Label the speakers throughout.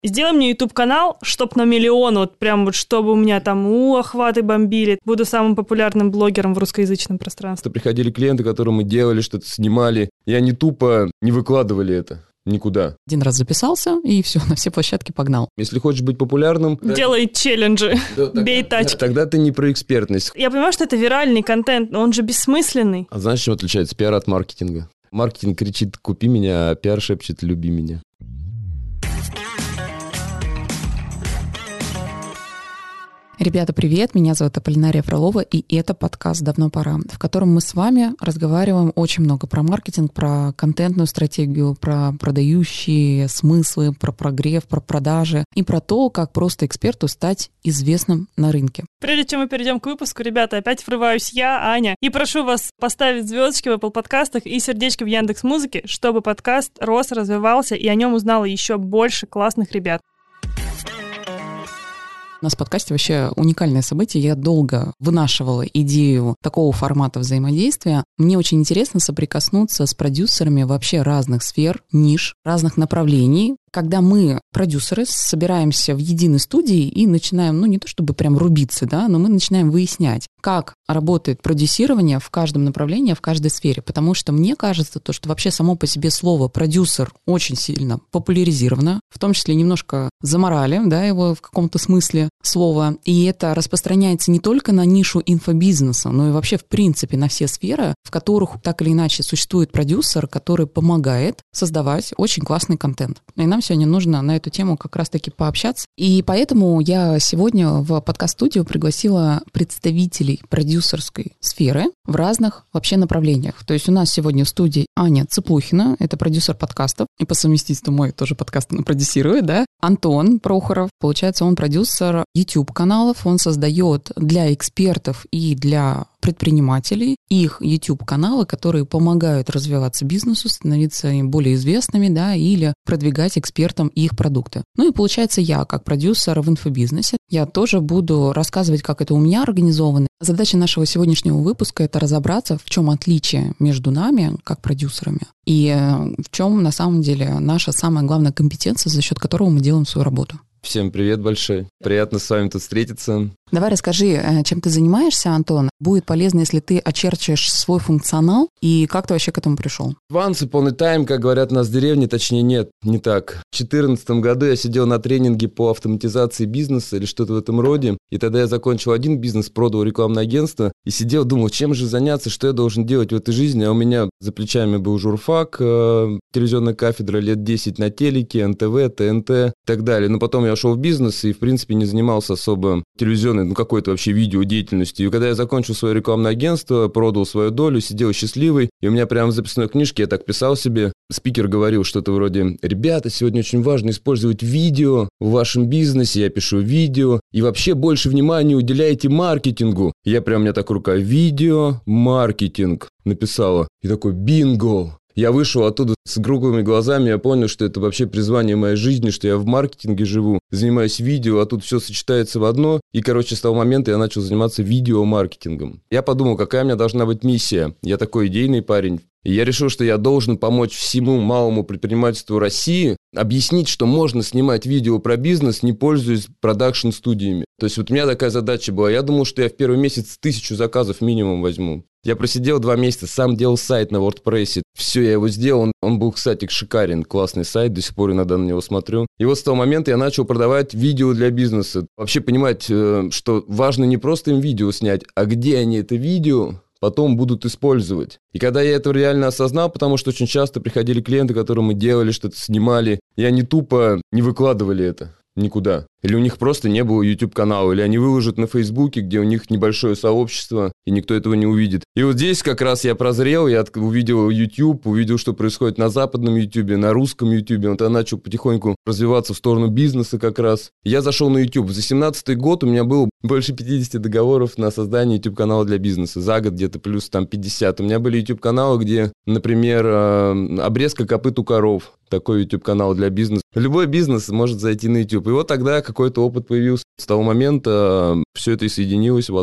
Speaker 1: Сделай мне YouTube-канал, чтоб на миллион, вот прям вот чтобы у меня там охваты бомбили. Буду самым популярным блогером в русскоязычном пространстве.
Speaker 2: Приходили клиенты, которым мы делали, что-то снимали, и они тупо не выкладывали это никуда.
Speaker 3: Один раз записался, и все, на все площадки погнал.
Speaker 2: Если хочешь быть популярным...
Speaker 1: Делай челленджи, бей тачки.
Speaker 2: Тогда ты не про экспертность.
Speaker 1: Я понимаю, что это виральный контент, но он же бессмысленный.
Speaker 2: А знаешь, чем отличается пиар от маркетинга? Маркетинг кричит «купи меня», а пиар шепчет «люби меня».
Speaker 3: Ребята, привет! Меня зовут Аполлинария Фролова, и это подкаст «Давно пора», в котором мы с вами разговариваем очень много про маркетинг, про контентную стратегию, про продающие смыслы, про прогрев, про продажи и про то, как просто эксперту стать известным на рынке.
Speaker 1: Прежде чем мы перейдем к выпуску, ребята, опять врываюсь я, Аня, и прошу вас поставить звездочки в Apple подкастах и сердечки в Яндекс.Музыке, чтобы подкаст рос, развивался, и о нем узнало еще больше классных ребят.
Speaker 3: У нас в подкасте вообще уникальное событие. Я долго вынашивала идею такого формата взаимодействия. Мне очень интересно соприкоснуться с продюсерами вообще разных сфер, ниш, разных направлений. Когда мы, продюсеры, собираемся в единой студии и начинаем, не то чтобы прям рубиться, да, но мы начинаем выяснять, как работает продюсирование в каждом направлении, в каждой сфере. Потому что мне кажется, что вообще само по себе слово «продюсер» очень сильно популяризировано, в том числе немножко заморали, да, его в каком-то смысле слова. И это распространяется не только на нишу инфобизнеса, но и вообще в принципе на все сферы, в которых так или иначе существует продюсер, который помогает создавать очень классный контент. И нам сегодня нужно на эту тему как раз-таки пообщаться. И поэтому я сегодня в подкаст-студию пригласила представителей продюсерской сферы в разных вообще направлениях. То есть у нас сегодня в студии Аня Цыплухина, это продюсер подкастов, и по совместительству мой тоже подкаст она продюсирует, да. Антон Прохоров, получается, он продюсер YouTube-каналов, он создает для экспертов и для предпринимателей их YouTube-каналы, которые помогают развиваться бизнесу, становиться им более известными, да, или продвигать экспертам их продукты. И получается, я, как продюсер в инфобизнесе, я тоже буду рассказывать, как это у меня организовано. Задача нашего сегодняшнего выпуска — это разобраться, в чем отличие между нами, как продюсерами, и в чем, на самом деле, наша самая главная компетенция, за счет которого мы делаем свою работу.
Speaker 2: Всем привет большой. Приятно с вами тут встретиться.
Speaker 3: Давай расскажи, чем ты занимаешься, Антон. Будет полезно, если ты очерчишь свой функционал и как ты вообще к этому пришел.
Speaker 2: Once upon a time, как говорят у нас в деревне, точнее нет, не так. В 2014 году я сидел на тренинге по автоматизации бизнеса или что-то в этом роде. И тогда я закончил один бизнес, продал рекламное агентство и сидел, думал, чем же заняться, что я должен делать в этой жизни. А у меня за плечами был журфак, телевизионная кафедра, лет 10 на телеке, НТВ, ТНТ и так далее. Но потом я ушел в бизнес и, в принципе, не занимался особо телевизионной, какой-то вообще видеодеятельностью. И когда я закончил свое рекламное агентство, продал свою долю, сидел счастливый, и у меня прямо в записной книжке я так писал себе, спикер говорил что-то вроде: «Ребята, сегодня очень важно использовать видео в вашем бизнесе», я пишу «видео», и вообще больше внимания уделяйте маркетингу. И я прям, у меня так рука «видео, маркетинг» написала. И такой «бинго». Я вышел оттуда с круглыми глазами, я понял, что это вообще призвание моей жизни, что я в маркетинге живу, занимаюсь видео, а тут все сочетается в одно. И, с того момента я начал заниматься видеомаркетингом. Я подумал, какая у меня должна быть миссия. Я такой идейный парень. И я решил, что я должен помочь всему малому предпринимательству России объяснить, что можно снимать видео про бизнес, не пользуясь продакшн-студиями. То есть у меня такая задача была. Я думал, что я в первый месяц 1000 заказов минимум возьму. Я просидел 2 месяца, сам делал сайт на WordPress. Все, я его сделал. Он был, кстати, шикарен, классный сайт, до сих пор иногда на него смотрю. И вот с того момента я начал продавать видео для бизнеса. Вообще понимать, что важно не просто им видео снять, а где они это видео потом будут использовать. И когда я это реально осознал, потому что очень часто приходили клиенты, которым мы делали, что-то снимали, и они тупо не выкладывали это никуда. Или у них просто не было YouTube-канала, или они выложат на Фейсбуке, где у них небольшое сообщество, и никто этого не увидит. И вот здесь как раз я прозрел, я увидел YouTube, увидел, что происходит на западном YouTube, на русском YouTube. Вот я начал потихоньку развиваться в сторону бизнеса как раз. Я зашел на YouTube. За 2017 год у меня было больше 50 договоров на создание YouTube-канала для бизнеса. За год где-то плюс 50. У меня были YouTube-каналы, где, например, обрезка копыт у коров. Такой YouTube-канал для бизнеса. Любой бизнес может зайти на YouTube. И вот тогда какой-то опыт появился. С того момента все это и соединилось в одно.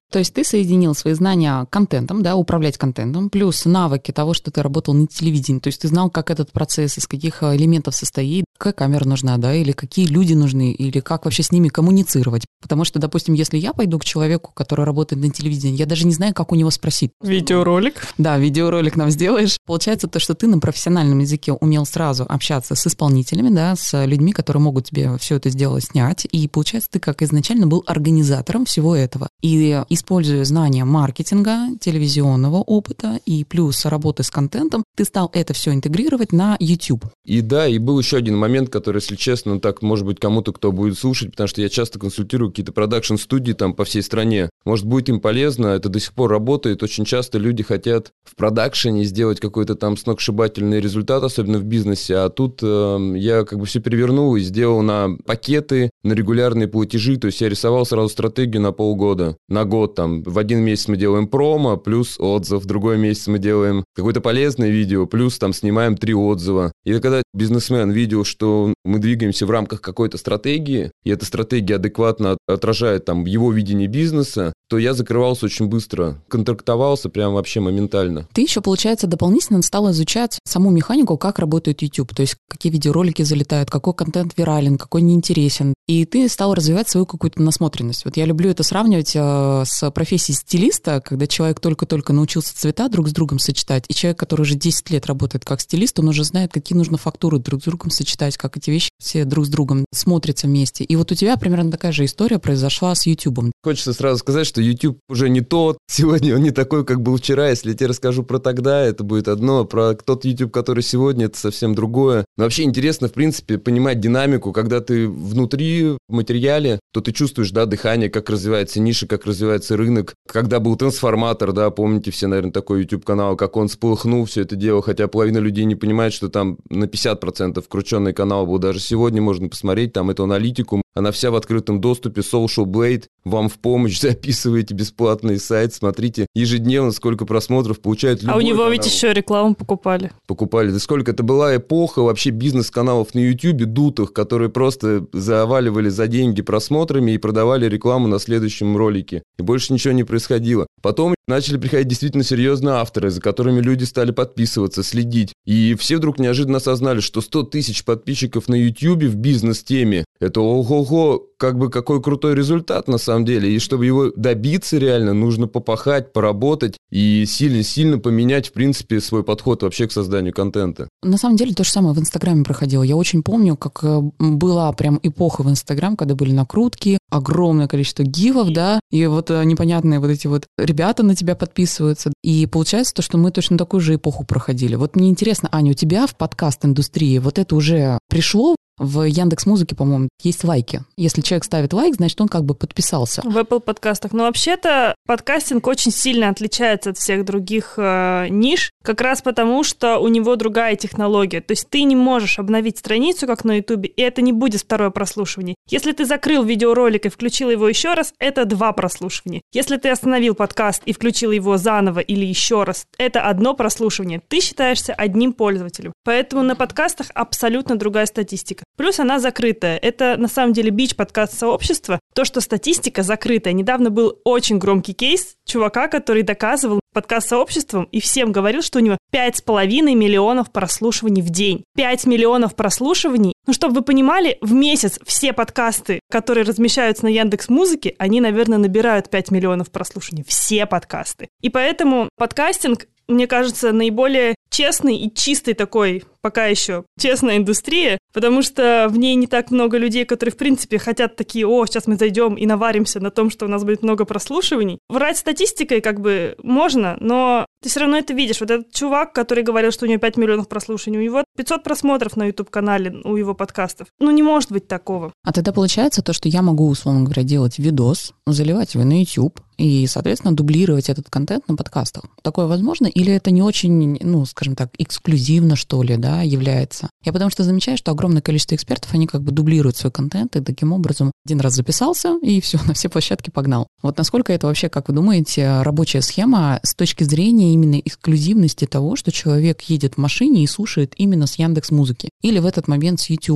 Speaker 3: То есть ты соединил свои знания контентом, да, управлять контентом, плюс навыки того, что ты работал на телевидении, то есть ты знал, как этот процесс, из каких элементов состоит, какая камера нужна, да, или какие люди нужны, или как вообще с ними коммуницировать. Потому что, допустим, если я пойду к человеку, который работает на телевидении, я даже не знаю, как у него спросить.
Speaker 1: Видеоролик?
Speaker 3: Да, видеоролик нам сделаешь. Получается то, что ты на профессиональном языке умел сразу общаться с исполнителями, да, с людьми, которые могут тебе все это дело снять, и получается, ты как изначально был организатором всего этого. И используя знания маркетинга, телевизионного опыта и плюс работы с контентом, ты стал это все интегрировать на YouTube.
Speaker 2: И да, и был еще один момент, который, если честно, так, может быть, кому-то, кто будет слушать, потому что я часто консультирую какие-то продакшн-студии там по всей стране. Может, будет им полезно, это до сих пор работает. Очень часто люди хотят в продакшене сделать какой-то там сногсшибательный результат, особенно в бизнесе, а тут я как бы все перевернул и сделал на пакеты, на регулярные платежи, то есть я рисовал сразу стратегию на полгода, на год там. В один месяц мы делаем промо, плюс отзыв, в другой месяц мы делаем какое-то полезное видео, плюс там снимаем 3 отзыва. И когда бизнесмен видел, что мы двигаемся в рамках какой-то стратегии, и эта стратегия адекватно отражает там его видение бизнеса, то я закрывался очень быстро, контрактовался прям вообще моментально.
Speaker 3: Ты еще, получается, дополнительно стал изучать саму механику, как работает YouTube, то есть какие видеоролики залетают, какой контент вирален, какой неинтересен, и ты стал развивать свою какую-то насмотренность. Вот я люблю это сравнивать с профессией стилиста, когда человек только-только научился цвета друг с другом сочетать, и человек, который уже 10 лет работает как стилист, он уже знает, какие нужно фактуры друг с другом сочетать, как эти вещи все друг с другом смотрятся вместе. И вот у тебя примерно такая же история произошла с YouTube.
Speaker 2: Хочется сразу сказать, что YouTube уже не тот, сегодня он не такой, как был вчера. Если я тебе расскажу про тогда, это будет одно, про тот YouTube, который сегодня, это совсем другое. Но вообще интересно, в принципе, понимать динамику, когда ты внутри в материале, то ты чувствуешь, да, дыхание, как развивается ниша, как развивается рынок. Когда был трансформатор, да, помните все, наверное, такой YouTube-канал, как он сполыхнул все это дело, хотя половина людей не понимает, что там на 50% крученный канал был. Даже сегодня можно посмотреть там эту аналитику, она вся в открытом доступе, Social Blade, вам в помощь, записываете бесплатный сайт, смотрите ежедневно, сколько просмотров получает любой
Speaker 1: А у него
Speaker 2: канал.
Speaker 1: ведь еще рекламу покупали.
Speaker 2: Покупали. Да сколько? Это была эпоха вообще бизнес-каналов на YouTube, дутых, которые просто заваливали за деньги просмотрами и продавали рекламу на следующем ролике. И больше ничего не происходило. Потом начали приходить действительно серьезные авторы, за которыми люди стали подписываться, следить. И все вдруг неожиданно осознали, что 100 тысяч подписчиков на YouTube в бизнес-теме – это ого-го, как бы какой крутой результат на самом деле. И чтобы его добиться реально, нужно попахать, поработать и сильно-сильно поменять, в принципе, свой подход вообще к созданию контента.
Speaker 3: На самом деле то же самое в Инстаграме проходило. Я очень помню, как была прям эпоха в Инстаграм, когда были накрутки, огромное количество гивов, да, и вот непонятные вот эти вот ребята на тебя подписываются. И получается то, что мы точно такую же эпоху проходили. Вот мне интересно, Аня, у тебя в подкаст-индустрии вот это уже пришло? В Яндекс.Музыке, по-моему, есть лайки. Если человек ставит лайк, значит, он как бы подписался.
Speaker 1: В Apple подкастах. Но вообще-то подкастинг очень сильно отличается от всех других ниш, как раз потому, что у него другая технология. То есть ты не можешь обновить страницу, как на YouTube, и это не будет второе прослушивание. Если ты закрыл видеоролик и включил его еще раз, это 2 прослушивания. Если ты остановил подкаст и включил его заново или еще раз, это 1 прослушивание. Ты считаешься одним пользователем. Поэтому на подкастах абсолютно другая статистика. Плюс она закрытая. Это на самом деле бич подкаст-сообщества. То, что статистика закрытая. Недавно был очень громкий кейс чувака, который доказывал подкаст-сообществом и всем говорил, что у него 5,5 миллионов прослушиваний в день. 5 миллионов прослушиваний. Ну, чтобы вы понимали, в месяц все подкасты, которые размещаются на Яндекс.Музыке, они, наверное, набирают 5 миллионов прослушиваний. Все подкасты. И поэтому подкастинг, мне кажется, наиболее честный и чистый такой, пока еще, честная индустрия, потому что в ней не так много людей, которые, в принципе, хотят такие: о, сейчас мы зайдем и наваримся на том, что у нас будет много прослушиваний. Врать статистикой как бы можно, но ты все равно это видишь. Вот этот чувак, который говорил, что у него 5 миллионов прослушиваний, у него 500 просмотров на YouTube-канале у его подкастов. Ну, не может быть такого.
Speaker 3: А тогда получается то, что я могу, условно говоря, делать видос, заливать его на YouTube и, соответственно, дублировать этот контент на подкастах. Такое возможно? Или это не очень, ну, скажем так, эксклюзивно, что ли, да, является? Я потому что замечаю, что огромное количество экспертов, они как бы дублируют свой контент, и таким образом один раз записался, и все, на все площадки погнал. Вот насколько это вообще, как вы думаете, рабочая схема с точки зрения именно эксклюзивности того, что человек едет в машине и слушает именно с Яндекс.Музыки или в этот момент с YouTube?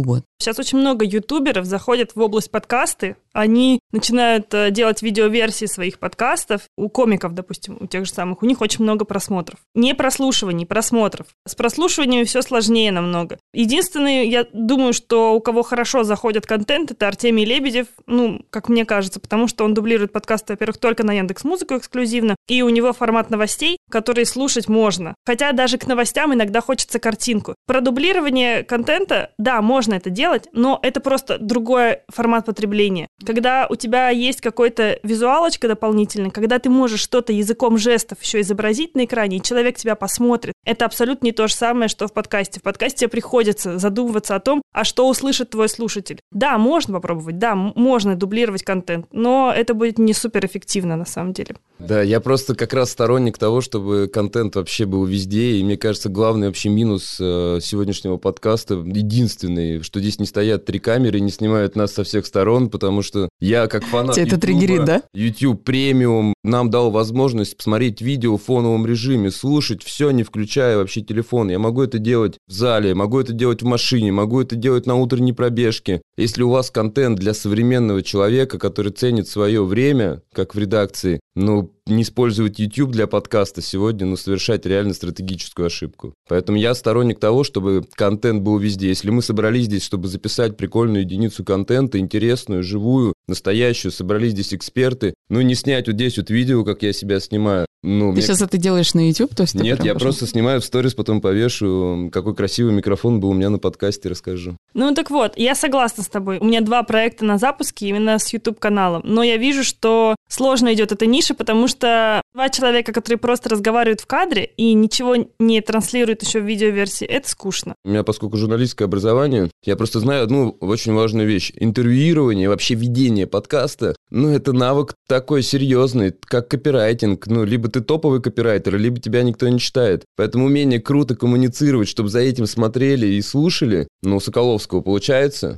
Speaker 1: Сейчас очень много ютуберов заходят в область подкасты, они начинают делать видеоверсии своих подкастов. У комиков, допустим, у тех же самых, у них очень много просмотров. Не прослушиваний, просмотров. С прослушиваниями все сложнее намного. Единственный, я думаю, что у кого хорошо заходит контент, это Артемий Лебедев, как мне кажется, потому что он дублирует подкасты, во-первых, только на Яндекс.Музыку эксклюзивно, и у него формат новостей, которые слушать можно. Хотя даже к новостям иногда хочется картинку. Про дублирование контента, да, можно это делать, но это просто другой формат потребления. Когда у тебя есть какой-то визуалочка дополнительная, когда ты можешь что-то языком жестов еще изобразить на экране, и человек тебя посмотрит, это абсолютно не то же самое, что в подкасте. В подкасте тебе приходится задумываться о том, а что услышит твой слушатель. Да, можно попробовать, да, можно дублировать контент, но это будет не суперэффективно на самом деле.
Speaker 2: Да, я просто как раз сторонник того, чтобы контент вообще был везде, и мне кажется, главный вообще минус сегодняшнего подкаста, единственный, что здесь не стоят 3 камеры и не снимают нас со всех сторон, потому что я как фанат
Speaker 3: это триггерит, да?
Speaker 2: YouTube премиум нам дал возможность посмотреть видео в фоновом режиме, слушать все, не включая вообще телефон. Я могу это делать в зале, могу это делать в машине, могу это делать на утренней пробежке. Если у вас контент для современного человека, который ценит свое время, как в редакции, не использовать YouTube для подкаста сегодня, совершать реально стратегическую ошибку. Поэтому я сторонник того, чтобы контент был везде. Если мы собрались здесь, чтобы записать прикольную единицу контента, интересную, живую, настоящую, собрались здесь эксперты, не снять вот здесь вот видео, как я себя снимаю.
Speaker 3: Ты сейчас это делаешь на YouTube? То есть
Speaker 2: Нет, я просто снимаю в сторис, потом повешу, какой красивый микрофон был у меня на подкасте, расскажу.
Speaker 1: Так вот, я согласна с тобой. У меня 2 проекта на запуске именно с YouTube-каналом. Но я вижу, что сложно идет эта ниша, потому что 2 человека, которые просто разговаривают в кадре и ничего не транслируют еще в видеоверсии, это скучно.
Speaker 2: У меня, поскольку журналистское образование, я просто знаю одну очень важную вещь. Интервьюирование, вообще ведение подкаста, это навык такой серьезный, как копирайтинг. Либо ты топовый копирайтер, либо тебя никто не читает. Поэтому умение круто коммуницировать, чтобы за этим смотрели и слушали, у Соколовского получается.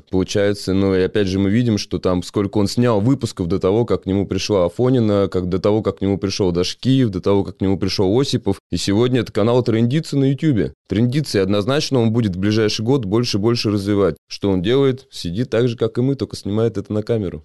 Speaker 2: И опять же мы видим, что там сколько он снял выпусков до того, как к нему пришла Афонина, до того, как к нему пришел Дашкиев, до того, как к нему пришел Осипов. И сегодня этот канал трендится на YouTube. Трендится, и однозначно он будет в ближайший год больше и больше развивать. Что он делает? Сидит так же, как и мы, только снимает это на камеру.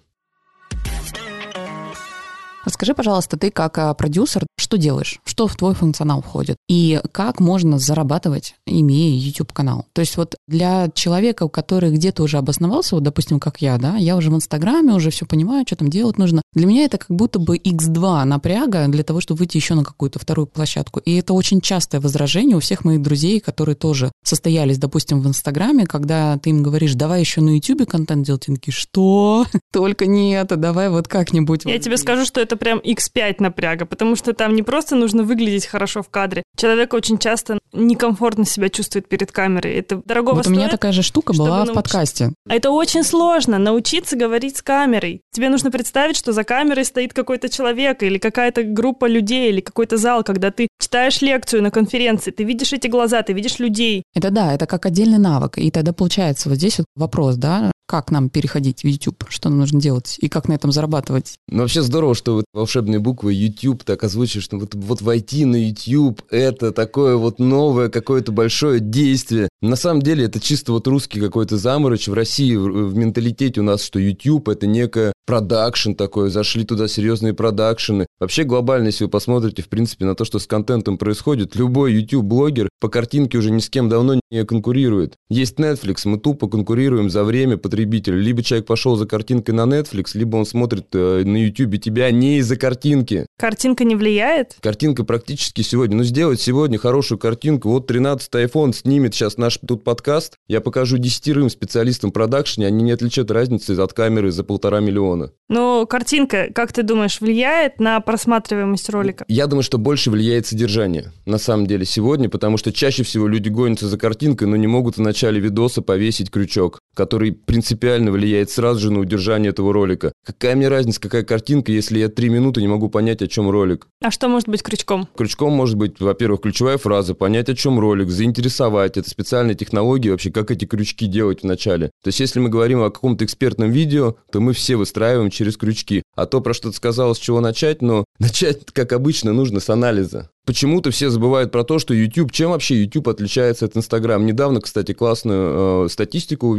Speaker 3: Расскажи, пожалуйста, ты как продюсер, что делаешь? Что в твой функционал входит? И как можно зарабатывать, имея YouTube-канал? То есть вот для человека, который где-то уже обосновался, допустим, как я, да, я уже в Инстаграме, уже все понимаю, что там делать нужно. Для меня это как будто бы X2 напряга для того, чтобы выйти еще на какую-то вторую площадку. И это очень частое возражение у всех моих друзей, которые тоже состоялись, допустим, в Инстаграме, когда ты им говоришь, давай еще на YouTube контент делать, они такие, что? Только не это, давай вот как-нибудь.
Speaker 1: Я тебе скажу, что это прям X5 напряга, потому что там не просто нужно выглядеть хорошо в кадре. Человек очень часто некомфортно себя чувствует перед камерой. Это дорогого
Speaker 3: стоит. Вот у меня такая же штука была в подкасте.
Speaker 1: Это очень сложно, научиться говорить с камерой. Тебе нужно представить, что за камерой стоит какой-то человек или какая-то группа людей, или какой-то зал, когда ты читаешь лекцию на конференции, ты видишь эти глаза, ты видишь людей.
Speaker 3: Это да, это как отдельный навык. И тогда получается вот здесь вот вопрос, да, как нам переходить в YouTube, что нам нужно делать и как на этом зарабатывать.
Speaker 2: Вообще здорово, что вот волшебные буквы YouTube так озвучишь, что вот войти на YouTube это такое вот новое какое-то большое действие. На самом деле это чисто вот русский какой-то заморочь. В России в менталитете у нас, что YouTube это некое продакшн такое, зашли туда серьезные продакшены. Вообще глобально, если вы посмотрите, в принципе, на то, что с контентом происходит, любой YouTube-блогер по картинке уже ни с кем давно не конкурирует. Есть Netflix, мы тупо конкурируем за время потребителя. Либо человек пошел за картинкой на Netflix, либо он смотрит на YouTube тебя не из-за картинки.
Speaker 1: Картинка не влияет?
Speaker 2: Картинка практически сегодня. Сделать сегодня хорошую картинку. Вот 13-й iPhone снимет сейчас наш тут подкаст. Я покажу 10 специалистам в продакшене, они не отличат разницы от камеры за 1,5 миллиона.
Speaker 1: Но картинка, как ты думаешь, влияет на просматриваемость ролика?
Speaker 2: Я думаю, что больше влияет содержание, на самом деле, сегодня, потому что чаще всего люди гонятся за картинкой, но не могут в начале видоса повесить крючок, который принципиально влияет сразу же на удержание этого ролика. Какая мне разница, какая картинка, если я 3 минуты не могу понять, о чем ролик?
Speaker 1: А что может быть крючком?
Speaker 2: Крючком может быть, во-первых, ключевая фраза, понять, о чем ролик, заинтересовать. Это специальная технология вообще, как эти крючки делать вначале. То есть, если мы говорим о каком-то экспертном видео, то мы все выстраиваем через крючки. А то, про что ты сказал, с чего начать, но начать, как обычно, нужно с анализа. Почему-то все забывают про то, что YouTube, чем вообще YouTube отличается от Instagram. Недавно, кстати, классную статистику увидел.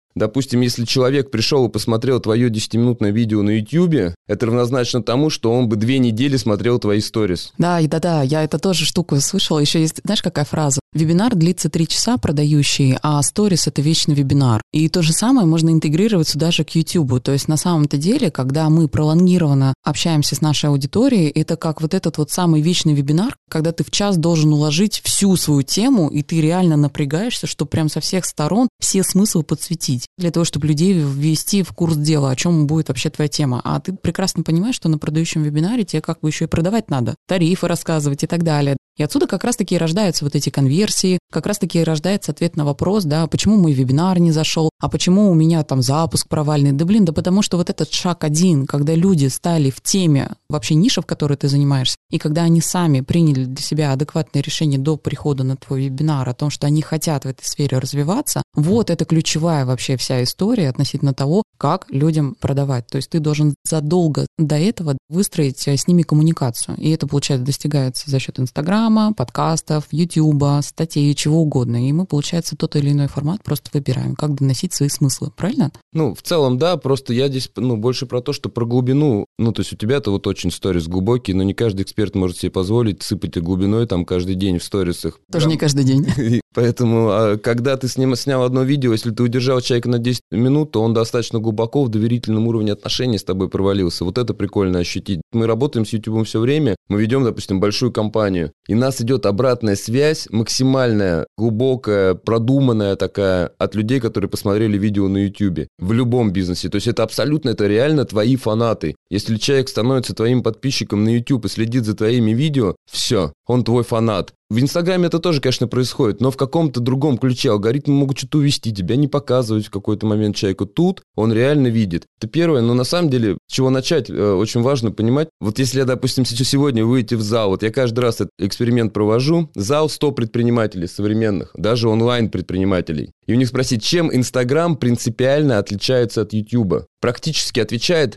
Speaker 2: Допустим, если человек пришел и посмотрел твое 10-минутное видео на YouTube, это равнозначно тому, что он бы 2 недели смотрел твои сторис.
Speaker 3: Да, я это тоже штуку слышала. Еще есть, знаешь, какая фраза? Вебинар длится 3 часа продающий, а сторис — это вечный вебинар. И то же самое можно интегрировать сюда же к YouTube. То есть на самом-то деле, когда мы пролонгированно общаемся с нашей аудиторией, это как вот этот вот самый вечный вебинар, когда ты в час должен уложить всю свою тему, и ты реально напрягаешься, чтобы прям со всех сторон все смыслы подсветить, для того, чтобы людей ввести в курс дела, о чем будет вообще твоя тема. А ты прекрасно понимаешь, что на продающем вебинаре тебе как бы еще и продавать надо, тарифы рассказывать и так далее. И отсюда как раз-таки и рождаются вот эти конверсии, как раз-таки и рождается ответ на вопрос, да, почему мой вебинар не зашел, а почему у меня там запуск провальный. Да потому что вот этот шаг 1, когда люди стали в теме вообще ниши, в которой ты занимаешься, и когда они сами приняли для себя адекватное решение до прихода на твой вебинар о том, что они хотят в этой сфере развиваться, вот это ключевая вообще вся история относительно того, как людям продавать. То есть ты должен задолго до этого выстроить с ними коммуникацию. И это, получается, достигается за счет Инстаграма, подкастов, Ютуба, статей, чего угодно. И мы, получается, тот или иной формат просто выбираем, как доносить свои смыслы. Правильно?
Speaker 2: Ну, в целом, да, просто я здесь, больше про то, что про глубину. Ну, то есть у тебя-то вот очень сторис глубокий, но не каждый эксперт может себе позволить сыпать глубиной там каждый день в сторисах.
Speaker 3: Тоже не каждый день.
Speaker 2: Поэтому, когда ты снял одно видео, если ты удержал человека на 10 минут, то он достаточно глубоко в доверительном уровне отношений с тобой провалился. Вот это прикольно ощутить. Мы работаем с YouTube все время, мы ведем, допустим, большую компанию, и у нас идет обратная связь, максимальная, глубокая, продуманная такая, от людей, которые посмотрели видео на YouTube. В любом бизнесе. То есть это абсолютно, это реально твои фанаты. Если человек становится твоим подписчиком на YouTube и следит за твоими видео, все, он твой фанат. В Инстаграме это тоже, конечно, происходит, но в каком-то другом ключе. Алгоритмы могут что-то увести тебя, не показывать в какой-то момент человеку. Тут он реально видит. Это первое, но на самом деле, с чего начать, очень важно понимать. Вот если я, допустим, сегодня выйти в зал, вот я каждый раз этот эксперимент провожу, зал 100 предпринимателей современных, даже онлайн-предпринимателей. И у них спросить, чем Инстаграм принципиально отличается от Ютуба. Практически отвечает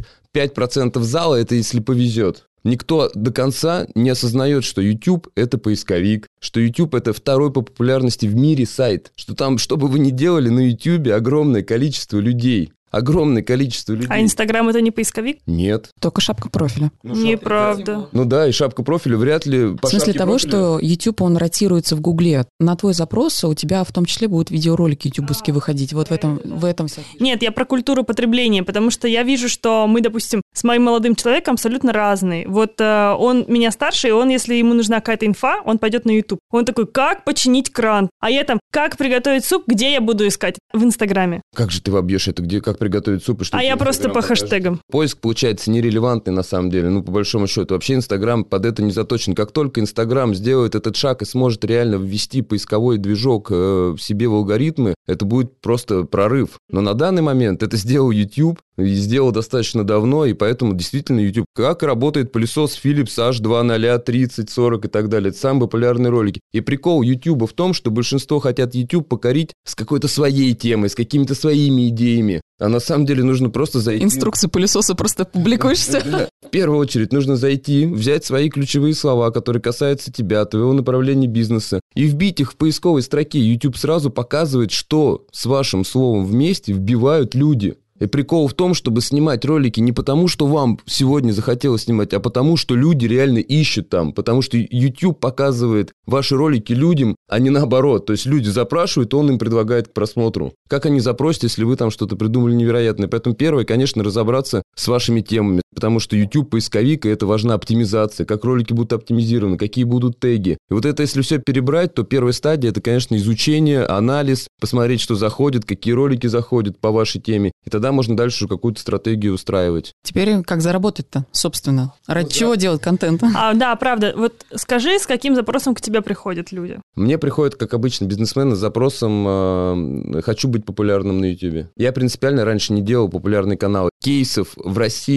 Speaker 2: 5% зала, это если повезет. Никто до конца не осознает, что YouTube – это поисковик, что YouTube – это второй по популярности в мире сайт, что там, что бы вы ни делали на YouTube, огромное количество людей. Огромное количество людей.
Speaker 1: А Инстаграм — это не поисковик?
Speaker 2: Нет.
Speaker 3: Только шапка профиля.
Speaker 1: Неправда.
Speaker 2: Ну да, и шапка профиля вряд ли...
Speaker 3: В смысле того, что YouTube, он ротируется в Гугле. На твой запрос у тебя в том числе будут видеоролики ютубовские выходить. Вот в этом вся...
Speaker 1: Нет, я про культуру потребления, потому что я вижу, что мы, допустим, с моим молодым человеком абсолютно разные. Вот он меня старше, и он, если ему нужна какая-то инфа, он пойдет на YouTube. Он такой, как починить кран? А я там, как приготовить суп, где я буду искать? В Инстаграме.
Speaker 2: Как же ты вобьешь это? Где, как приготовить суп? И что
Speaker 1: я просто по хэштегам.
Speaker 2: Поиск получается нерелевантный на самом деле, по большому счету. Вообще Инстаграм под это не заточен. Как только Инстаграм сделает этот шаг и сможет реально ввести поисковой движок в себе в алгоритмы, это будет просто прорыв. Но на данный момент это сделал YouTube, и сделал достаточно давно, и поэтому действительно YouTube. Как работает пылесос Philips H200, 30, 40 и так далее. Это самые популярные ролики. И прикол YouTube в том, что большинство хотят YouTube покорить с какой-то своей темой, с какими-то своими идеями. А на самом деле нужно просто зайти...
Speaker 3: Инструкции пылесоса просто публикуешься.
Speaker 2: В первую очередь нужно зайти, взять свои ключевые слова, которые касаются тебя, твоего направления бизнеса, и вбить их в поисковой строке. YouTube сразу показывает, что с вашим словом вместе вбивают люди. И прикол в том, чтобы снимать ролики не потому, что вам сегодня захотелось снимать, а потому, что люди реально ищут там. Потому что YouTube показывает ваши ролики людям, а не наоборот. То есть люди запрашивают, он им предлагает к просмотру. Как они запросят, если вы там что-то придумали невероятное? Поэтому первое, конечно, разобраться с вашими темами. Потому что YouTube поисковик, и это важна оптимизация. Как ролики будут оптимизированы, какие будут теги. И вот это, если все перебрать, то первая стадия, это, конечно, изучение, анализ, посмотреть, что заходит, какие ролики заходят по вашей теме. И тогда можно дальше какую-то стратегию устраивать.
Speaker 3: Теперь как заработать-то, собственно? Ради чего делать контент?
Speaker 1: Да, правда. Вот скажи, с каким запросом к тебе приходят люди?
Speaker 2: Мне приходят, как обычно, бизнесмены с запросом «хочу быть популярным на YouTube». Я принципиально раньше не делал популярный канал. Кейсов в России, чтобы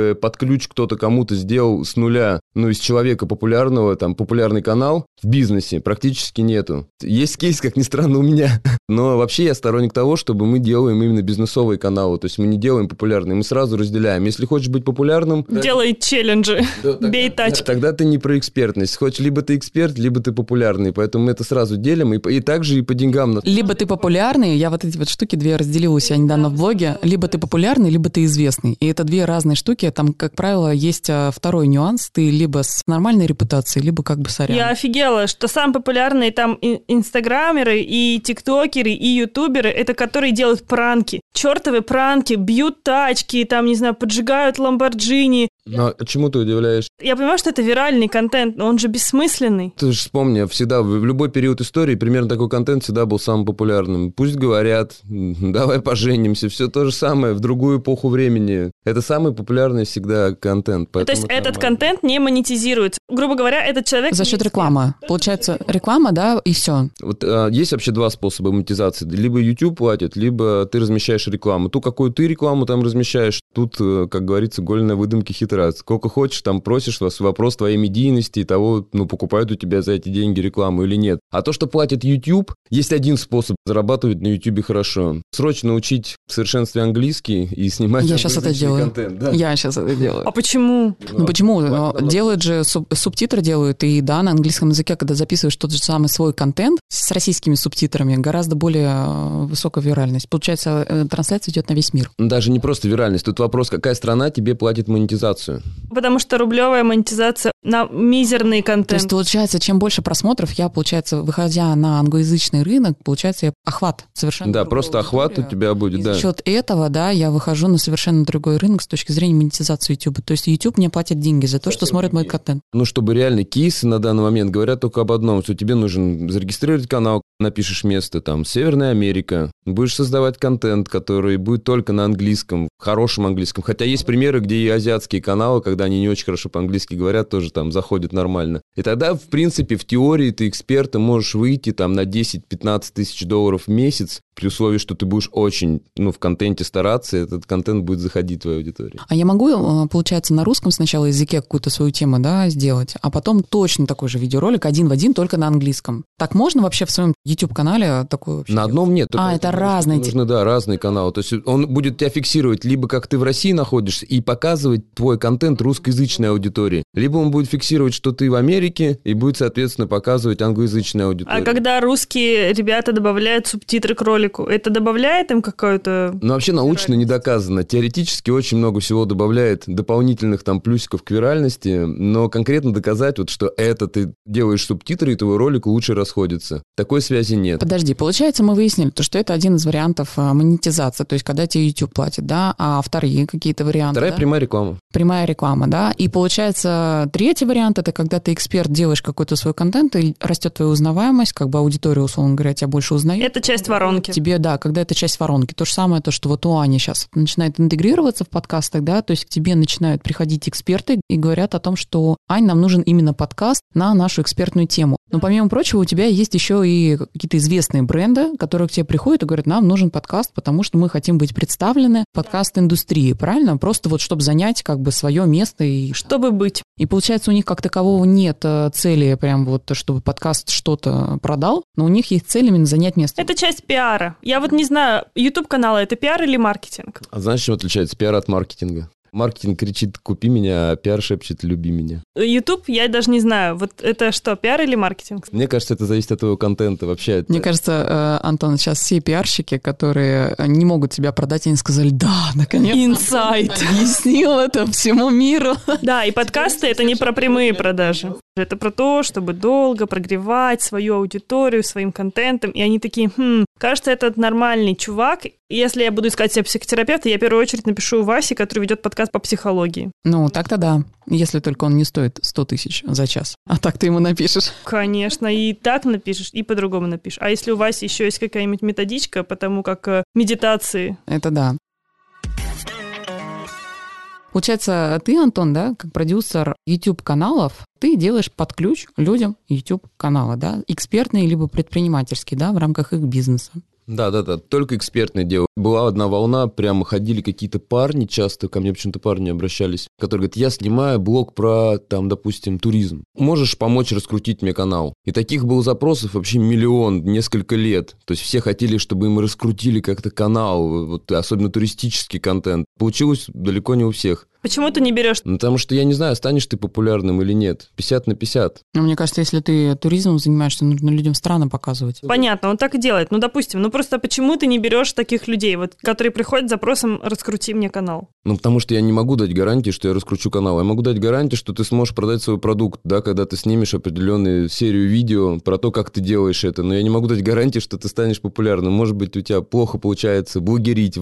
Speaker 2: чтобы под ключ кто-то кому-то сделал с нуля, из человека популярного, популярный канал в бизнесе практически нету. Есть кейс, как ни странно, у меня. Но вообще я сторонник того, чтобы мы делаем именно бизнесовые каналы. То есть мы не делаем популярные, мы сразу разделяем. Если хочешь быть популярным...
Speaker 1: Делай челленджи, бей тачки.
Speaker 2: Тогда ты не про экспертность. Хочешь, либо ты эксперт, либо ты популярный. Поэтому мы это сразу делим. И также и по деньгам.
Speaker 3: Либо ты популярный, я вот эти вот штуки две разделила у себя недавно в блоге. Либо ты популярный, либо ты известный. И это две разные штуки. Там, как правило, есть второй нюанс. Ты либо с нормальной репутацией, либо как бы сорян.
Speaker 1: Я офигела, что самые популярные там инстаграмеры, и тиктокеры, и ютуберы, это которые делают пранки. Чертовы пранки, бьют тачки, поджигают ламборджини.
Speaker 2: Но чему ты удивляешь?
Speaker 1: Я понимаю, что это виральный контент, но он же бессмысленный.
Speaker 2: Ты же вспомни, всегда, в любой период истории примерно такой контент всегда был самым популярным. Пусть говорят, давай поженимся, все то же самое, в другую эпоху времени. Это самый популярный всегда контент.
Speaker 1: То есть этот контент не монетизируется. Грубо говоря, этот человек...
Speaker 3: За счет рекламы. Получается, реклама, да, и все.
Speaker 2: Вот есть вообще два способа монетизации. Либо YouTube платит, либо ты размещаешь рекламу. Ту, какую ты рекламу там размещаешь, тут, как говорится, голь на выдумке хитра. Сколько хочешь, там просишь, вопрос твоей медийности и того, покупают у тебя за эти деньги рекламу или нет. А то, что платит YouTube, есть один способ зарабатывать на YouTube хорошо. Срочно учить в совершенстве английский и снимать контент. Да?
Speaker 3: Я сейчас это делаю.
Speaker 1: А почему?
Speaker 3: Почему? Делают же, субтитры делают, и да, на английском языке, когда записываешь тот же самый свой контент с российскими субтитрами, гораздо более высокая виральность. Получается, трансляция идет на весь мир.
Speaker 2: Даже не просто виральность. Тут вопрос, какая страна тебе платит монетизацию.
Speaker 1: Потому что рублевая монетизация на мизерный контент.
Speaker 3: То есть, получается, чем больше просмотров я, выходя на англоязычный рынок, я охват совершенно.
Speaker 2: Да, просто охват у тебя будет, да.
Speaker 3: За счет этого, да, я выхожу на совершенно другой рынок с точки зрения монетизации YouTube. То есть YouTube мне платит деньги за то, что смотрит мой контент.
Speaker 2: Чтобы реальные кейсы на данный момент говорят только об одном, что тебе нужен зарегистрировать канал, напишешь место, Северная Америка, будешь создавать контент, который будет только на английском, хорошем английском. Хотя есть примеры, где и азиатские каналы, когда они не очень хорошо по-английски говорят, тоже заходят нормально. И тогда, в принципе, в теории ты эксперт, ты можешь выйти на 10-15 тысяч долларов в месяц, при условии, что ты будешь очень, в контенте стараться, и этот контент будет заходить в твою аудиторию.
Speaker 3: А я могу, получается, на русском сначала языке какую-то свою тему, да, сделать, а потом точно такой же видеоролик один в один, только на английском. Так можно вообще в своем YouTube-канале такое вообще
Speaker 2: На одном нет.
Speaker 3: Это разные.
Speaker 2: Нужно, да, разные каналы. То есть он будет тебя фиксировать либо как ты в России находишься и показывать твой контент русскоязычной аудитории, либо он будет фиксировать, что ты в Америке и будет, соответственно, показывать англоязычной аудитории.
Speaker 1: А когда русские ребята добавляют субтитры к ролику, это добавляет им какое-то...
Speaker 2: Вообще научно не доказано. Теоретически очень много всего добавляет дополнительных плюсиков к виральности, но конкретно доказать, что это ты делаешь субтитры, и твой ролик лучше расходится. Такой связи нет.
Speaker 3: Подожди, получается, мы выяснили, что это один из вариантов монетизации, то есть когда тебе YouTube платит, да, а вторые какие-то варианты?
Speaker 2: Вторая прямая реклама.
Speaker 3: Прямая реклама, да, и получается третий вариант, это когда ты эксперт, делаешь какой-то свой контент, и растет твоя узнаваемость, аудитория, условно говоря, тебя больше узнает.
Speaker 1: Это часть воронки.
Speaker 3: Тебе, да, когда это часть воронки. То же самое, то, что у Ани сейчас начинает интегрироваться в подкастах, да, то есть к тебе начинают приходить эксперты и говорят о том, что, Ань, нам нужен именно подкаст на нашу экспертную тему. Но помимо прочего, у тебя есть еще и какие-то известные бренды, которые к тебе приходят и говорят, нам нужен подкаст, потому что мы хотим быть представлены в подкаст-индустрии, правильно? Просто чтобы занять свое место. И
Speaker 1: чтобы быть.
Speaker 3: И получается, у них как такового нет цели прям чтобы подкаст что-то продал, но у них есть цель именно занять место.
Speaker 1: Это часть пиара. Я не знаю, YouTube-каналы — это пиар или маркетинг?
Speaker 2: А знаешь, чем отличается пиар от маркетинга? Маркетинг кричит «купи меня», а пиар шепчет «люби меня».
Speaker 1: YouTube, я даже не знаю, это что, пиар или маркетинг?
Speaker 2: Мне кажется, это зависит от твоего контента вообще.
Speaker 3: Мне кажется, Антон, сейчас все пиарщики, которые не могут тебя продать, они сказали, да, наконец-то.
Speaker 1: Инсайт.
Speaker 3: Объяснил это всему миру.
Speaker 1: Да, и подкасты — это не про прямые продажи. Это про то, чтобы долго прогревать свою аудиторию своим контентом. И они такие, кажется, этот нормальный чувак. Если я буду искать себе психотерапевта, я в первую очередь напишу Васе, который ведет подкаст по психологии.
Speaker 3: Так-то да. Если только он не стоит 100 тысяч за час. А так ты ему напишешь.
Speaker 1: Конечно, и так напишешь, и по-другому напишешь. А если у Васи еще есть какая-нибудь методичка, потому как медитации...
Speaker 3: Это да. Получается, ты, Антон, да, как продюсер YouTube-каналов, ты делаешь под ключ людям YouTube-каналы, да, экспертные либо предпринимательские, да, в рамках их бизнеса.
Speaker 2: Да, только экспертное дело. Была одна волна, прямо ходили какие-то парни, часто ко мне почему-то парни обращались, которые говорят, я снимаю блог про, там, допустим, туризм. Можешь помочь раскрутить мне канал? И таких было запросов вообще миллион, несколько лет. То есть все хотели, чтобы им раскрутили как-то канал, вот, особенно туристический контент. Получилось далеко не у всех.
Speaker 1: Почему ты не берешь?
Speaker 2: Ну, потому что я не знаю, станешь ты популярным или нет. 50/50.
Speaker 3: Но мне кажется, если ты туризмом занимаешься, нужно людям страны показывать.
Speaker 1: Понятно, он так и делает. Ну, допустим, просто почему ты не берешь таких людей, вот, которые приходят с запросом «раскрути мне канал»?
Speaker 2: Ну, потому что я не могу дать гарантии, что я раскручу канал. Я могу дать гарантии, что ты сможешь продать свой продукт, да, когда ты снимешь определенную серию видео про то, как ты делаешь это. Но я не могу дать гарантии, что ты станешь популярным. Может быть, у тебя плохо получается блогерить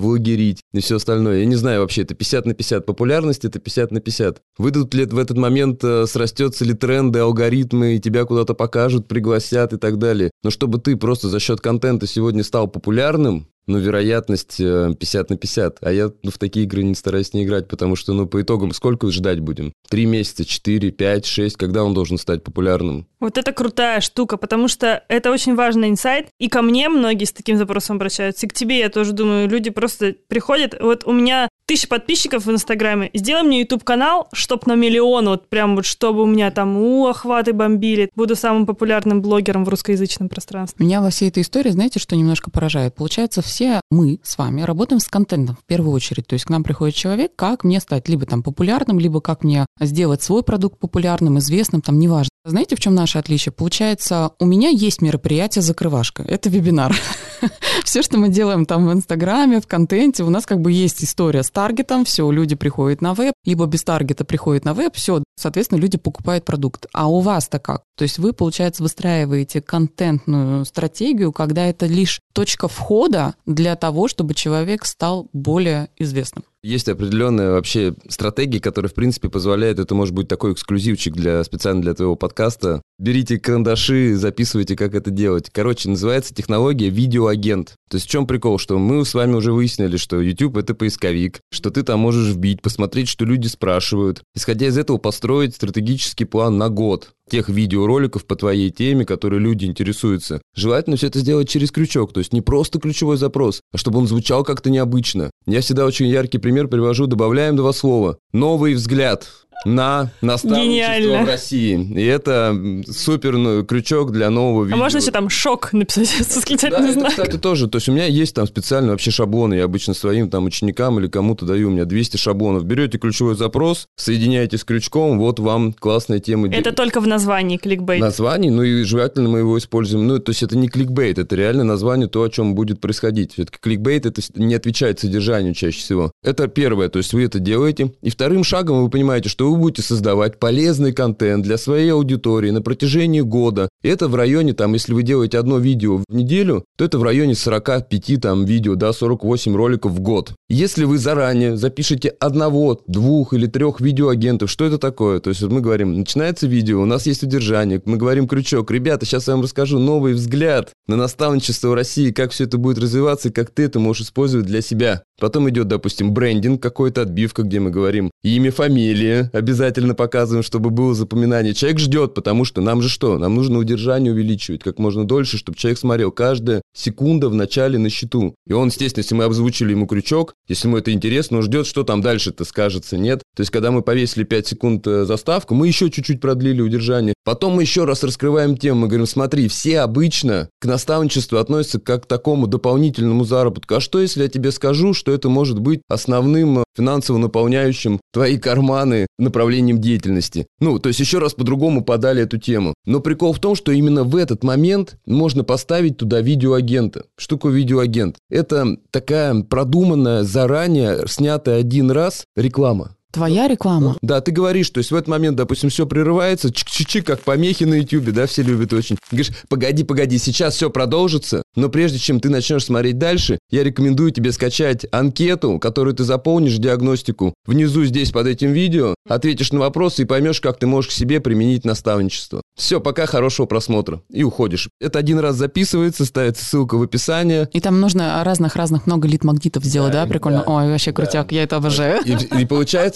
Speaker 2: и все остальное. Я не знаю вообще, это 50/50. Популярность — это 50/50. Выйдут ли в этот момент, срастется ли тренды, алгоритмы, и тебя куда-то покажут, пригласят и так далее. Но чтобы ты просто за счет контента сегодня стал популярным, вероятность 50/50. А я в такие игры не стараюсь не играть, потому что, по итогам, сколько ждать будем? 3 месяца, 4, 5, 6, когда он должен стать популярным?
Speaker 1: Вот это крутая штука, потому что это очень важный инсайт. И ко мне многие с таким запросом обращаются, и к тебе, я тоже думаю, люди просто приходят. Вот у меня 1000 подписчиков в Инстаграме, сделай мне YouTube-канал, чтоб на 1 миллион, вот прям вот чтобы у меня там охваты бомбили, буду самым популярным блогером в русскоязычном пространстве.
Speaker 3: Меня во всей этой истории, знаете, что немножко поражает? Получается, все мы с вами работаем с контентом в первую очередь. То есть к нам приходит человек, как мне стать либо там популярным, либо как мне сделать свой продукт популярным, известным, там неважно. Знаете, в чем наше отличие? Получается, у меня есть мероприятие «Закрывашка». Это вебинар. Все, что мы делаем там в Инстаграме, в контенте, у нас как бы есть история с таргетом, все, люди приходят на веб, либо без таргета приходят на веб, все, соответственно, люди покупают продукт. А у вас-то как? То есть вы, получается, выстраиваете контентную стратегию, когда это лишь точка входа для того, чтобы человек стал более известным.
Speaker 2: Есть определенная вообще стратегия, которая, в принципе, позволяет, это может быть такой эксклюзивчик специально для твоего подкаста. Берите карандаши, записывайте, как это делать. Короче, называется технология видеоагент. То есть в чем прикол, что мы с вами уже выяснили, что YouTube — это поисковик, что ты там можешь вбить, посмотреть, что люди спрашивают. Исходя из этого, построить стратегический план на год тех видеороликов по твоей теме, которые люди интересуются. Желательно все это сделать через крючок, то есть не просто ключевой запрос, а чтобы он звучал как-то необычно. Я всегда очень яркий пример привожу, добавляем 2 слова. Новый взгляд на наставничество в России. И это супер крючок для нового видео.
Speaker 1: А можно еще там «шок» написать с восклицательным знаком?
Speaker 2: Да, это, кстати, тоже. То есть у меня есть там специально вообще шаблоны. Я обычно своим там ученикам или кому-то даю. У меня 200 шаблонов. Берете ключевой запрос, соединяете с крючком, вот вам классная тема.
Speaker 1: Это только в названии кликбейт.
Speaker 2: Название, и желательно мы его используем. То есть это не кликбейт, это реально название, то, о чем будет происходить. Все-таки кликбейт это не отвечает содержанию чаще всего. Это первое, то есть вы это делаете. И вторым шагом вы понимаете, что вы будете создавать полезный контент для своей аудитории на протяжении года. И это в районе, если вы делаете одно видео в неделю, то это в районе 45 видео, 48 роликов в год. Если вы заранее запишете 1, 2 или 3 видеоагентов, что это такое? То есть мы говорим, начинается видео, у нас есть удержание, мы говорим крючок. Ребята, сейчас я вам расскажу новый взгляд на наставничество в России, как все это будет развиваться и как ты это можешь использовать для себя. Потом идет, допустим, брендинг какой-то, отбивка, где мы говорим имя, фамилия, обязательно показываем, чтобы было запоминание. Человек ждет, потому что нам же что? Нам нужно удержание увеличивать как можно дольше, чтобы человек смотрел каждая секунда в начале на счету. И он, естественно, если мы озвучили ему крючок, если ему это интересно, он ждет, что там дальше-то скажется, нет? То есть, когда мы повесили 5 секунд заставку, мы еще чуть-чуть продлили удержание. Потом мы еще раз раскрываем тему, мы говорим, смотри, все обычно к наставничеству относятся как к такому дополнительному заработку. А что, если я тебе скажу, что это может быть основным финансово наполняющим твои карманы направлением деятельности? То есть еще раз по-другому подали эту тему. Но прикол в том, что именно в этот момент можно поставить туда видеоагента. Что такое видеоагент? Это такая продуманная, заранее снятая один раз реклама.
Speaker 3: Твоя реклама?
Speaker 2: Да, ты говоришь, то есть в этот момент, допустим, все прерывается, чик-чик-чик, как помехи на Ютубе, да, все любят очень. Говоришь, погоди, сейчас все продолжится, но прежде чем ты начнешь смотреть дальше, я рекомендую тебе скачать анкету, которую ты заполнишь, диагностику. Внизу здесь под этим видео ответишь на вопросы и поймешь, как ты можешь к себе применить наставничество. Все, пока, хорошего просмотра. И уходишь. Это один раз записывается, ставится ссылка в описании.
Speaker 3: И там нужно разных много лид-магнитов сделать, да? Прикольно. Да, ой, вообще крутяк, я это обожаю.
Speaker 2: И получается,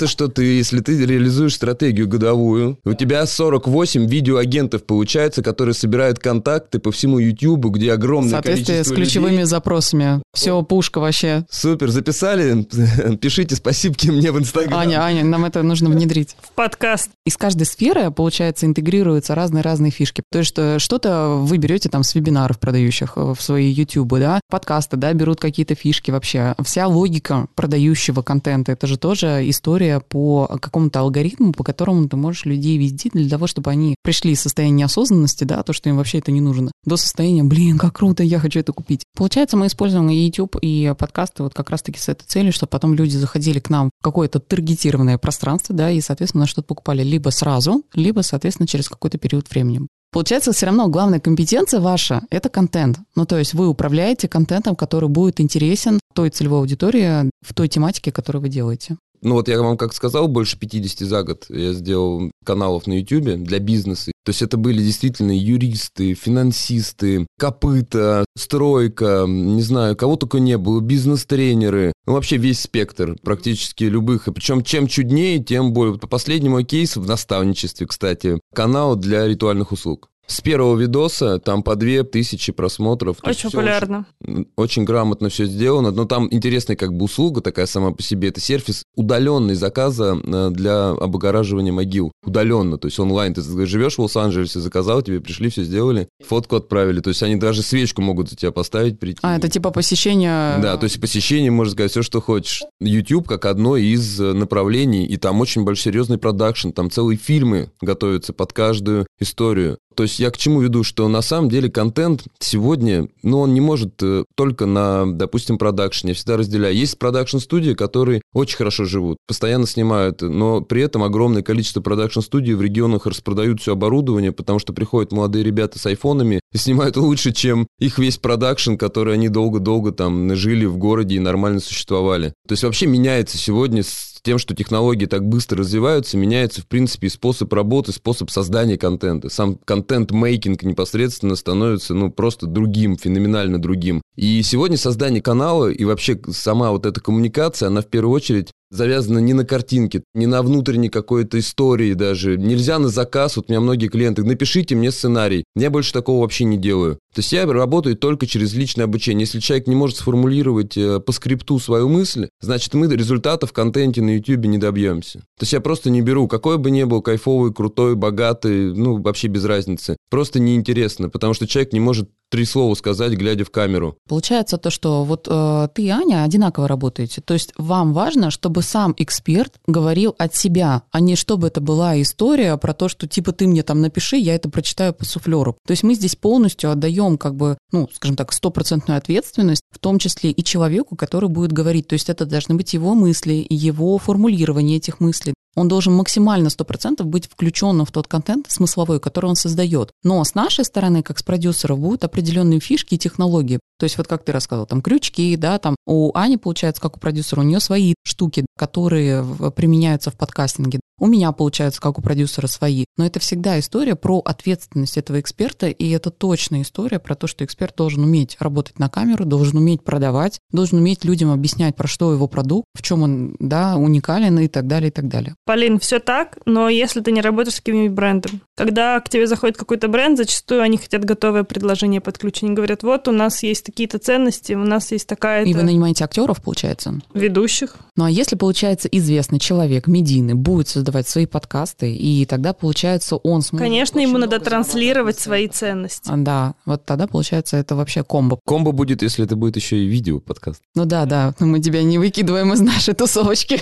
Speaker 2: Получается, что если ты реализуешь стратегию годовую, у тебя 48 видеоагентов получается, которые собирают контакты по всему YouTube, где огромное количество людей.
Speaker 3: В соответствии с ключевыми запросами. Все, пушка вообще.
Speaker 2: Супер, записали? Пишите спасибки мне в Инстаграм.
Speaker 3: Аня, нам это нужно внедрить.
Speaker 1: В подкаст.
Speaker 3: Из каждой сферы, получается, интегрируются разные фишки. То есть что-то вы берете там с вебинаров продающих в свои YouTube, да, подкасты, да, берут какие-то фишки вообще. Вся логика продающего контента, это же тоже история по какому-то алгоритму, по которому ты можешь людей вести для того, чтобы они пришли из состояния неосознанности, да, то, что им вообще это не нужно, до состояния, блин, как круто, я хочу это купить. Получается, мы используем и YouTube, и подкасты вот как раз-таки с этой целью, чтобы потом люди заходили к нам в какое-то таргетированное пространство, да, и, соответственно, что-то покупали либо сразу, либо, соответственно, через какой-то период времени. Получается, все равно главная компетенция ваша – это контент. Ну, то есть вы управляете контентом, который будет интересен той целевой аудитории в той тематике, которую вы делаете.
Speaker 2: Ну вот я вам как сказал, больше 50 за год я сделал каналов на YouTube для бизнеса. То есть это были действительно юристы, финансисты, копыта, стройка, не знаю, кого только не было, бизнес-тренеры. Ну вообще весь спектр практически любых. И причем чем чуднее, тем более. По последнему кейсу в наставничестве, кстати, канал для ритуальных услуг. С первого видоса там по 2000 просмотров.
Speaker 1: Очень популярно.
Speaker 2: Очень грамотно все сделано. Но там интересная как бы услуга такая сама по себе. Это сервис удаленный заказа для облагораживания могил. Удаленно, то есть онлайн. Ты живешь в Лос-Анджелесе, заказал, тебе пришли, все сделали, фотку отправили. То есть они даже свечку могут за тебя поставить, прийти.
Speaker 3: Это типа посещение...
Speaker 2: Да, то есть посещение, можно сказать, все, что хочешь. YouTube как одно из направлений, и там очень большой серьезный продакшн. Там целые фильмы готовятся под каждую историю. То есть я к чему веду, что на самом деле контент сегодня, он не может только на, допустим, продакшене. Я всегда разделяю. Есть продакшн-студии, которые очень хорошо живут, постоянно снимают, но при этом огромное количество продакшн-студий в регионах распродают все оборудование, потому что приходят молодые ребята с айфонами и снимают лучше, чем их весь продакшн, который они долго-долго там жили в городе и нормально существовали. То есть вообще меняется сегодня с тем, что технологии так быстро развиваются, меняется, в принципе, и способ работы, способ создания контента. Сам контент-мейкинг непосредственно становится, просто другим, феноменально другим. И сегодня создание канала и вообще сама вот эта коммуникация, она в первую очередь завязана не на картинке, не на внутренней какой-то истории даже. Нельзя на заказ, вот у меня многие клиенты, напишите мне сценарий. Я больше такого вообще не делаю. То есть я работаю только через личное обучение. Если человек не может сформулировать по скрипту свою мысль, значит мы результатов в контенте на YouTube не добьемся. То есть я просто не беру, какой бы ни был кайфовый, крутой, богатый, вообще без разницы. Просто неинтересно, потому что человек не может 3 слова сказать, глядя в камеру.
Speaker 3: Получается то, что вот ты и Аня одинаково работаете. То есть вам важно, чтобы сам эксперт говорил от себя, а не чтобы это была история про то, что типа ты мне там напиши, я это прочитаю по суфлеру. То есть мы здесь полностью отдаем как бы, скажем так, 100% ответственность, в том числе и человеку, который будет говорить. То есть это должны быть его мысли, его формулирование этих мыслей. Он должен максимально 100% быть включенным в тот контент смысловой, который он создает. Но с нашей стороны, как с продюсеров, будут определенные фишки и технологии. То есть вот как ты рассказал, там крючки, да, там у Ани, получается, как у продюсера, у нее свои штуки, которые применяются в подкастинге. У меня, получается, как у продюсера, свои. Но это всегда история про ответственность этого эксперта, и это точная история про то, что эксперт должен уметь работать на камеру, должен уметь продавать, должен уметь людям объяснять, про что его продукт, в чем он, да, уникален и так далее, и так далее.
Speaker 1: Полин, все так, но если ты не работаешь с каким-нибудь брендом, когда к тебе заходит какой-то бренд, зачастую они хотят готовое предложение под ключ. Они говорят, вот у нас есть такие-то ценности, у нас есть такая-то...
Speaker 3: И вы нанимаете актеров, получается?
Speaker 1: Ведущих.
Speaker 3: Ну а если, получается, известный человек, медийный, будет создавать свои подкасты, и тогда, получается, он сможет...
Speaker 1: Конечно, ему надо транслировать свои ценности.
Speaker 3: Да, вот тогда, получается, это вообще комбо.
Speaker 2: Комбо будет, если это будет еще и видео-подкаст.
Speaker 3: Ну да, мы тебя не выкидываем из нашей тусовочки.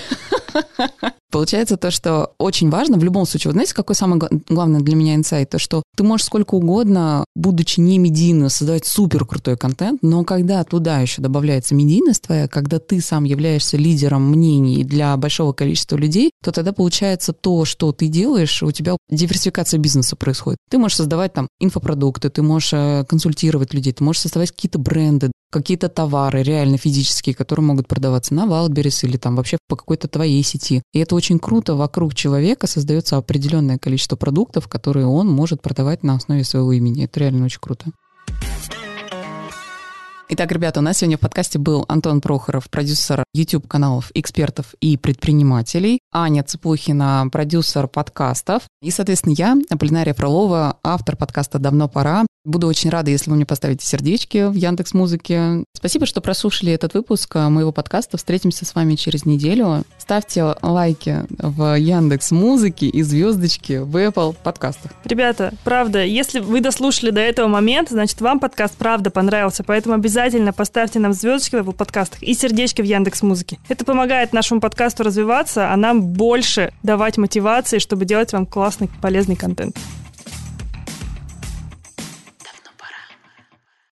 Speaker 3: Получается то, что очень важно, в любом случае, вот знаете, какой самый главный для меня инсайт, то, что ты можешь сколько угодно, будучи не медийным, создавать супер крутой контент, но когда туда еще добавляется медийность твоя, когда ты сам являешься лидером мнений для большого количества людей, то тогда получается то, что ты делаешь, у тебя диверсификация бизнеса происходит. Ты можешь создавать там инфопродукты, ты можешь консультировать людей, ты можешь создавать какие-то бренды, какие-то товары реально физические, которые могут продаваться на Wildberries или там вообще по какой-то твоей сети. И это очень круто. Вокруг человека создается определенное количество продуктов, которые он может продавать на основе своего имени. Это реально очень круто. Итак, ребята, у нас сегодня в подкасте был Антон Прохоров, продюсер YouTube-каналов экспертов и предпринимателей, Аня Цыплухина, продюсер подкастов, и, соответственно, я, Аполлинария Фролова, автор подкаста «Давно пора». Буду очень рада, если вы мне поставите сердечки в Яндекс.Музыке. Спасибо, что прослушали этот выпуск моего подкаста. Встретимся с вами через неделю. Ставьте лайки в Яндекс.Музыке и звездочки в Apple подкастах.
Speaker 1: Ребята, правда, если вы дослушали до этого момента, значит, вам подкаст правда понравился, поэтому обязательно поставьте нам звездочки в Apple подкастах и сердечки в Яндекс.Музыке. Это помогает нашему подкасту развиваться, а нам больше давать мотивации, чтобы делать вам классный, полезный контент.